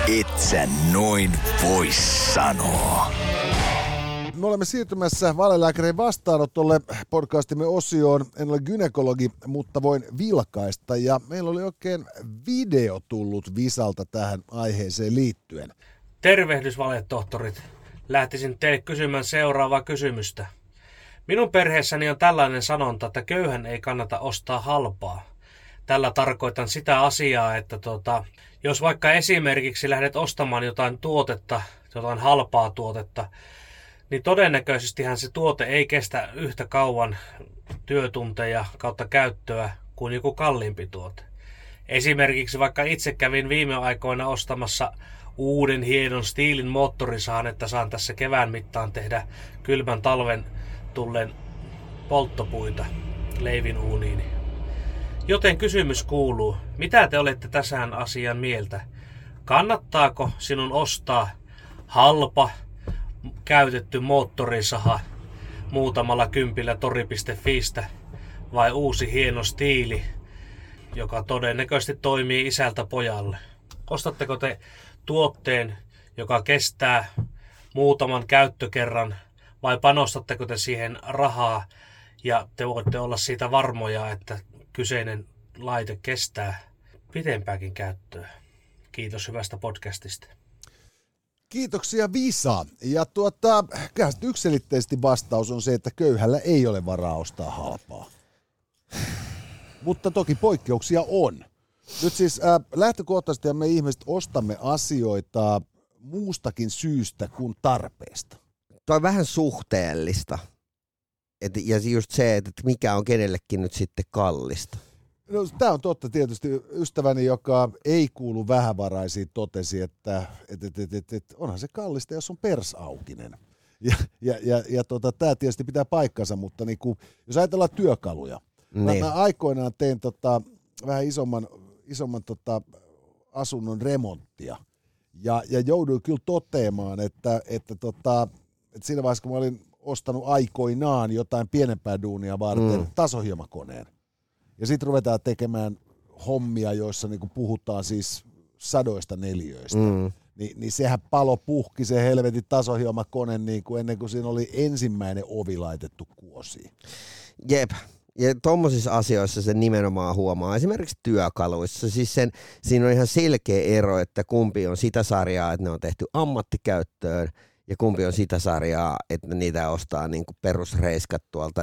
[SPEAKER 1] Et sä noin voi sanoa.
[SPEAKER 2] Me olemme siirtymässä valelääkärin vastaanotolle podcastimme osioon. En ole gynekologi, mutta voin vilkaista. Ja meillä oli oikein video tullut Visalta tähän aiheeseen liittyen.
[SPEAKER 4] Tervehdys valetohtorit. Lähtisin teille kysymään seuraavaa kysymystä. Minun perheessäni on tällainen sanonta, että köyhän ei kannata ostaa halpaa. Tällä tarkoitan sitä asiaa, että jos vaikka esimerkiksi lähdet ostamaan jotain tuotetta, jotain halpaa tuotetta, niin todennäköisestihän se tuote ei kestä yhtä kauan työtunteja kautta käyttöä kuin joku kalliimpi tuote. Esimerkiksi vaikka itse kävin viime aikoina ostamassa uuden hienon stiilin moottorisahan, että saan tässä kevään mittaan tehdä kylmän talven tullen polttopuita leivin uuniini. Joten kysymys kuuluu, mitä te olette täsään asian mieltä? Kannattaako sinun ostaa halpa käytetty moottorisaha muutamalla kympillä tori.fiistä vai uusi hieno stiili, joka todennäköisesti toimii isältä pojalle? Ostatteko te tuotteen, joka kestää muutaman käyttökerran, vai panostatteko te siihen rahaa ja te voitte olla siitä varmoja, että kyseinen laite kestää pitempääkin käyttöä? Kiitos hyvästä podcastista.
[SPEAKER 2] Kiitoksia Visa. Ja yksiselitteisesti vastaus on se, että köyhällä ei ole varaa ostaa halpaa. Mutta toki poikkeuksia on. Nyt siis lähtökohtaisesti me ihmiset ostamme asioita muustakin syystä kuin tarpeesta.
[SPEAKER 3] Tuo on vähän suhteellista. Ja just se, että mikä on kenellekin nyt sitten kallista.
[SPEAKER 2] No, tämä on totta tietysti. Ystäväni, joka ei kuulu vähävaraisiin, totesi, että onhan se kallista, jos on persaukinen. Ja tämä tietysti pitää paikkansa, mutta jos ajatellaan työkaluja. Niin. Mä aikoinaan tein vähän isomman asunnon remonttia. Ja jouduin kyllä toteamaan, että siinä vaiheessa, kun mä olin ostanut aikoinaan jotain pienempää duunia varten tasohjelmakoneen. Ja sitten ruvetaan tekemään hommia, joissa niinku puhutaan siis sadoista neliöistä. Niin sehän palo puhki se helvetin tasohjelmakone niinku ennen kuin siinä oli ensimmäinen ovi laitettu kuosiin.
[SPEAKER 3] Jep. Ja tuommoisissa asioissa se nimenomaan huomaa. Esimerkiksi työkaluissa. Siis siinä on ihan selkeä ero, että kumpi on sitä sarjaa, että ne on tehty ammattikäyttöön, ja kumpi on sitä sarjaa, että niitä ostaa niinku perusreiskat tuolta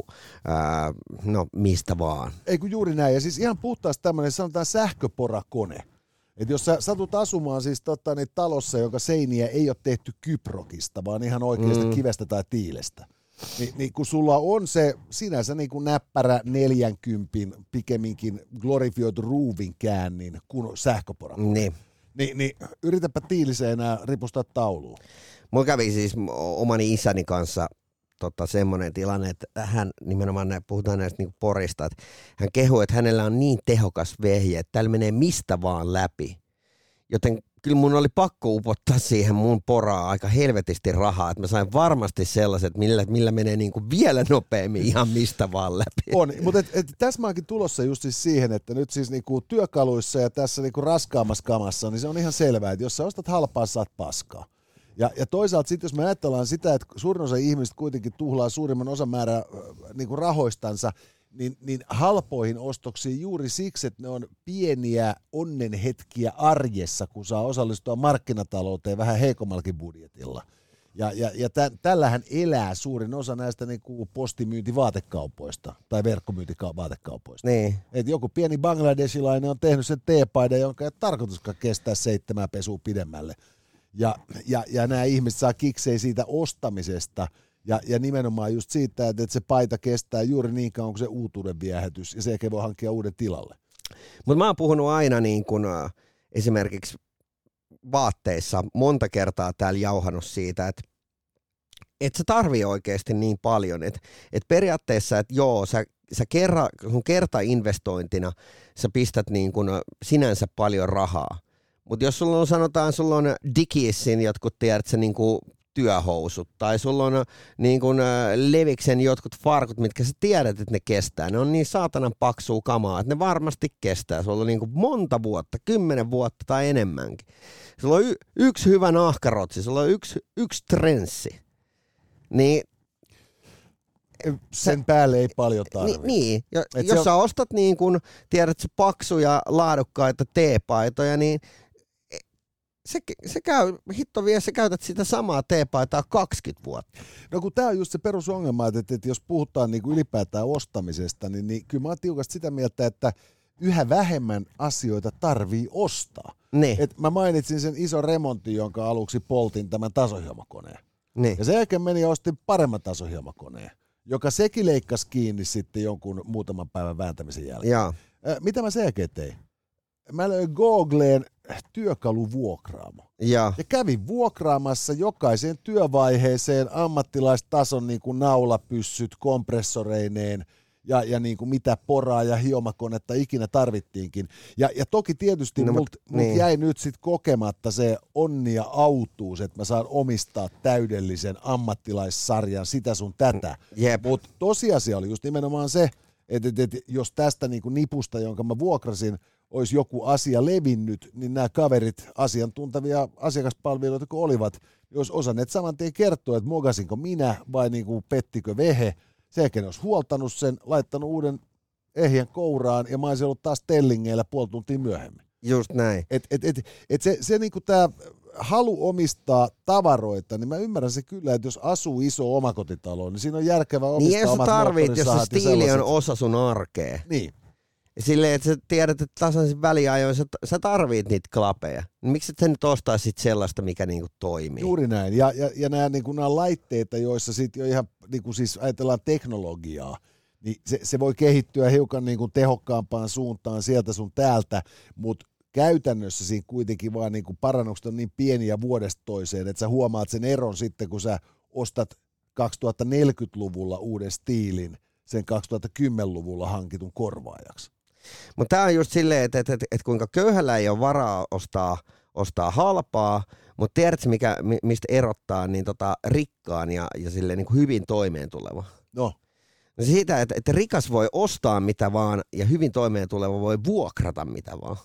[SPEAKER 3] mistä vaan.
[SPEAKER 2] Ei kun juuri näin. Ja siis ihan puhtaasti tämmöinen, sanotaan sähköporakone. Että jos sä satut asumaan siis talossa, jonka seiniä ei ole tehty kyprokista, vaan ihan oikeasta kivestä tai tiilestä. Niin kun sulla on se sinänsä niin kuin näppärä 40 pikemminkin glorifioitu ruuvin käännin kuin sähköporakone. Niin yritäpä tiiliseenä ripustaa tauluun.
[SPEAKER 3] Mulla kävi siis omani isäni kanssa semmoinen tilanne, että hän nimenomaan puhutaan näistä niin porista, että hän kehuu, että hänellä on niin tehokas vehje, että täällä menee mistä vaan läpi. Joten kyllä mun oli pakko upottaa siihen mun poraa aika helvetisti rahaa, että mä sain varmasti sellaiset, millä menee niin kuin vielä nopeammin ihan mistä vaan läpi. On,
[SPEAKER 2] mutta tässä mä oonkin tulossa just siis siihen, että nyt siis niinku työkaluissa ja tässä niinku raskaammassa kamassa, niin se on ihan selvää, että jos sä ostat halpaa, saat paskaa. Ja toisaalta sitten, jos me ajatellaan sitä, että suurin osa ihmisistä kuitenkin tuhlaa suurimman osan määrää niinku rahoistansa, niin halpoihin ostoksiin juuri siksi, että ne on pieniä onnenhetkiä arjessa, kun saa osallistua markkinatalouteen vähän heikommallakin budjetilla. Ja tällähän elää suurin osa näistä niinku postimyyntivaatekaupoista tai verkkomyyntivaatekaupoista.
[SPEAKER 3] Niin.
[SPEAKER 2] Et joku pieni bangladesilainen on tehnyt sen teepaidan, jonka ei tarkoituskaan kestää 7 pesua pidemmälle. Ja nämä ihmiset saa kiksei siitä ostamisesta ja nimenomaan just siitä, että se paita kestää juuri niin kauan kuin se uutuuden viehätys ja se voi hankkia uuden tilalle.
[SPEAKER 3] Mutta mä oon puhunut aina niin kun, esimerkiksi vaatteissa monta kertaa täällä jauhannut siitä, että sä tarvii oikeasti niin paljon, että periaatteessa, että joo, sun kertainvestointina sä pistät niin kun sinänsä paljon rahaa. Mutta jos sulla on, sanotaan, sulla on Dickisin jotkut, tiedätkö, niin kuin työhousut tai sulla on niin kuin Leviksen jotkut farkut, mitkä sä tiedät, että ne kestää. Ne on niin saatanan paksua kamaa, että ne varmasti kestää. Sulla on niin kuin monta vuotta, 10 vuotta tai enemmänkin. Sulla on yksi hyvä nahkarotsi, sulla on yksi trenssi. Niin
[SPEAKER 2] sen päälle ei paljon tarvitse.
[SPEAKER 3] Niin. Jos sä ostat niin kun, tiedät sä paksuja, laadukkaita teepaitoja, niin se käy, hitto vie, sä käytät sitä samaa teepaitaa 20 vuotta.
[SPEAKER 2] No kun tää on just se perusongelma, että jos puhutaan niin kuin ylipäätään ostamisesta, niin kyllä mä oon tiukasti sitä mieltä, että yhä vähemmän asioita tarvii ostaa.
[SPEAKER 3] Niin.
[SPEAKER 2] Et mä mainitsin sen ison remontin, jonka aluksi poltin tämän tasohjelmakoneen.
[SPEAKER 3] Niin.
[SPEAKER 2] Ja sen jälkeen meni ja ostin paremman tasohjelmakoneen, joka sekin leikkasi kiinni sitten jonkun muutaman päivän vääntämisen jälkeen.
[SPEAKER 3] Jaa.
[SPEAKER 2] Mitä mä sen jälkeen tein? Mä löin Googleen työkaluvuokraamo.
[SPEAKER 3] Ja
[SPEAKER 2] kävin vuokraamassa jokaiseen työvaiheeseen ammattilaistason niin kuin naulapyssyt, kompressoreineen ja niin kuin mitä poraa ja hiomakonetta ikinä tarvittiinkin. Ja toki tietysti mut jäi nyt sit kokematta se onni ja autuus, että mä saan omistaa täydellisen ammattilaissarjan, sitä sun tätä. Mutta tosiasia oli just nimenomaan se, että jos tästä niin kuin nipusta, jonka mä vuokrasin, olisi joku asia levinnyt, niin nämä kaverit, asiantuntevia asiakaspalveluita kun olivat, jos osanneet saman tien kertoa, että mogasinko minä vai niin kuin pettikö vehe, sen jälkeen olisi huoltanut sen, laittanut uuden ehjän kouraan ja mä olisin ollut taas tellingeillä puoli tuntia myöhemmin.
[SPEAKER 3] Just näin.
[SPEAKER 2] Se niin kuin tämä halu omistaa tavaroita, niin mä ymmärrän se kyllä, että jos asuu iso omakotitalo, niin siinä on järkevä omistaa
[SPEAKER 3] niin,
[SPEAKER 2] omat
[SPEAKER 3] tarvit, jos se stiili on
[SPEAKER 2] sellaiset.
[SPEAKER 3] osa sun arkea.
[SPEAKER 2] Niin.
[SPEAKER 3] Silleen, että sä tiedät, että tasaisin väliajoin sä tarvit niitä klapeja. Miksi et sä nyt ostaa sit sellaista, mikä niinku toimii?
[SPEAKER 2] Juuri näin. Ja nämä niinku laitteita, joissa sitten jo ihan niinku siis ajatellaan teknologiaa, niin se voi kehittyä hiukan niinku tehokkaampaan suuntaan sieltä sun täältä, mutta käytännössä siinä kuitenkin vaan niinku parannukset on niin pieniä vuodesta toiseen, että sä huomaat sen eron sitten, kun sä ostat 2040-luvulla uuden stiilin sen 2010-luvulla hankitun korvaajaksi.
[SPEAKER 3] Mutta tämä on just silleen, että kuinka köyhällä ei ole varaa ostaa halpaa, mutta tiedätkö mistä erottaa niin rikkaan ja silleen niin kuin hyvin toimeentuleva?
[SPEAKER 2] No
[SPEAKER 3] siitä, että rikas voi ostaa mitä vaan ja hyvin toimeentuleva voi vuokrata mitä vaan.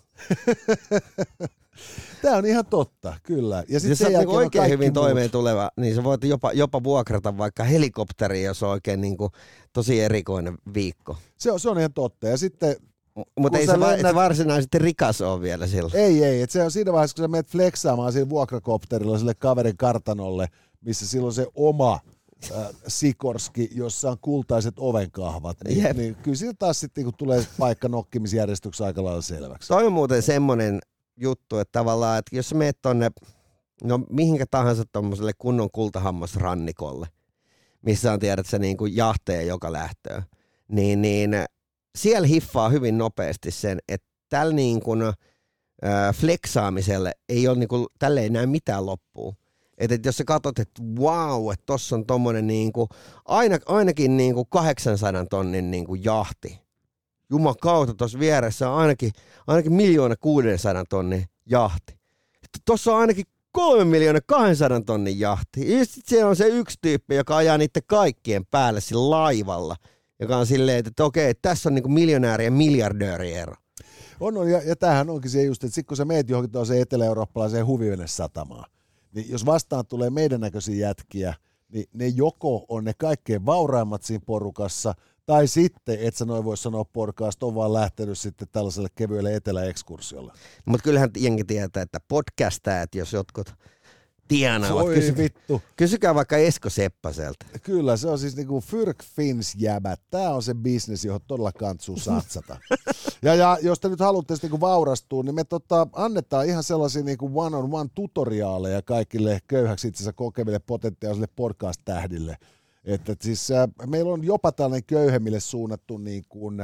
[SPEAKER 2] Tämä on ihan totta, kyllä. Ja
[SPEAKER 3] jos sä oot niinku oikein hyvin toimeentuleva, niin sä voit jopa vuokrata vaikka helikopteria, jos on oikein niinku tosi erikoinen viikko.
[SPEAKER 2] Se on ihan totta. Ja sitten
[SPEAKER 3] mutta ei se varsinaisesti rikas ole vielä silloin.
[SPEAKER 2] Ei. Se on siinä vaiheessa, kun sä menet flexaamaan siinä vuokrakopterilla sille kaverin kartanolle, missä silloin se oma Sikorski, jossa on kultaiset ovenkahvat. Niin kyllä siinä taas sitten niin tulee paikka nokkimisjärjestyksessä aika lailla selväksi.
[SPEAKER 3] Toi on muuten semmoinen juttu, että tavallaan, että jos sä meet tonne mihinkä tahansa tommoselle kunnon kultahammasrannikolle, missä on tiedät sä niin kuin jahteja joka lähtöön, niin siellä hiffaa hyvin nopeasti sen, että tällä niin kuin flexaamiselle ei ole niin kuin, tälle ei näy mitään loppua. Että jos sä katsot, että vau, että tossa on tommonen niin kuin, ainakin niin kuin 800 tonnin niin kuin jahti. Jumakauta, tuossa vieressä on ainakin 1 600 000 tonnin jahti. Tuossa on ainakin 3 200 000 tonnin jahti. Ja sitten siellä on se yksi tyyppi, joka ajaa niiden kaikkien päälle sillä laivalla. Joka on silleen, että okei, tässä on niinku miljonääri ja miljardööri ero.
[SPEAKER 2] On, ja tämähän onkin se just, että sitten kun sä meet johonkin toiseen etelä-eurooppalaiseen huvivenesatamaan, niin jos vastaan tulee meidän näköisiä jätkiä, niin ne joko on ne kaikkein vauraimmat siinä porukassa, tai sitten, et sä noin voi sanoa podcast, on vaan lähtenyt sitten tällaiselle kevyelle etelä-ekskursiolle.
[SPEAKER 3] Mutta kyllähän jengi tietää, että podcastajat, jos jotkut tienaavat.
[SPEAKER 2] Vittu.
[SPEAKER 3] Kysykää vaikka Esko Seppäseltä.
[SPEAKER 2] Kyllä, se on siis niinku Fyrk Fins jäbät. Tää on se bisnes, johon todella kantsuu satsata. ja jos te nyt haluatte niinku vaurastua, niin me annetaan ihan sellaisia niinku one-on-one tutoriaaleja kaikille köyhäksi itsensä kokeville potentiaalisille podcast-tähdille. Että siis meillä on jopa tällainen köyhemmille suunnattu niin kuin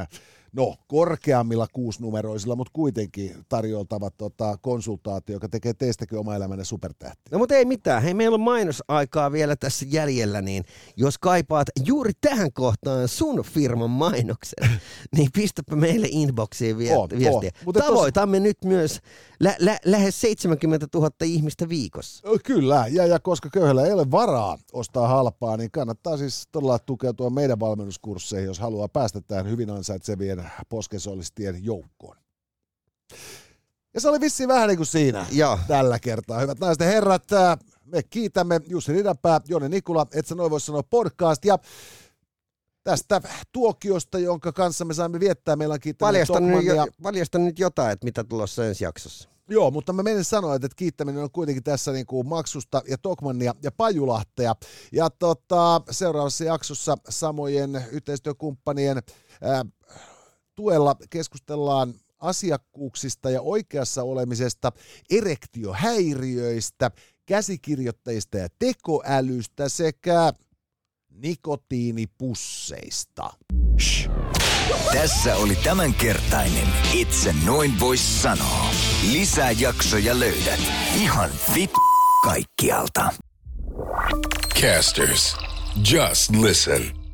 [SPEAKER 2] korkeammilla 6-numeroisilla, mutta kuitenkin tarjoltavat konsultaatio, joka tekee teistäkin oma elämänne supertähti.
[SPEAKER 3] No mutta ei mitään. Hei, meillä on mainosaikaa vielä tässä jäljellä, niin jos kaipaat juuri tähän kohtaan sun firman mainoksen, niin pistäpä meille inboxiin viestiä. Tavoitamme nyt myös lähes 70 000 ihmistä viikossa.
[SPEAKER 2] Kyllä, ja koska köyhällä ei ole varaa ostaa halpaa, niin kannattaa siis todella tukeutua meidän valmennuskursseihin, jos haluaa päästä tähän hyvin ansaitsevien poskesolistien joukkoon. Ja se oli vissiin vähän niin kuin siinä tällä kertaa. Hyvät naiset ja herrat, me kiitämme Jussi Ridanpää, Joni Nikula, Et sä noin voi sanoa podcast, ja tästä tuokiosta, jonka kanssa me saimme viettää, meillä on kiittäminen
[SPEAKER 3] Paljastan nyt jotain, että mitä tulossa ensi jaksossa.
[SPEAKER 2] Joo, mutta mä menin sanoa, että kiittäminen on kuitenkin tässä niin kuin Maksusta ja Tokmannia ja Pajulahtea. Ja seuraavassa jaksossa samojen yhteistyökumppanien tuella keskustellaan asiakkuuksista ja oikeassa olemisesta, erektiohäiriöistä, käsikirjoitteista ja tekoälystä sekä nikotiinipusseista.
[SPEAKER 1] Shh. Tässä oli tämänkertainen Et sä noin vois sanoa. Lisää jaksoja löydät ihan kaikkialta.
[SPEAKER 5] Casters, just listen.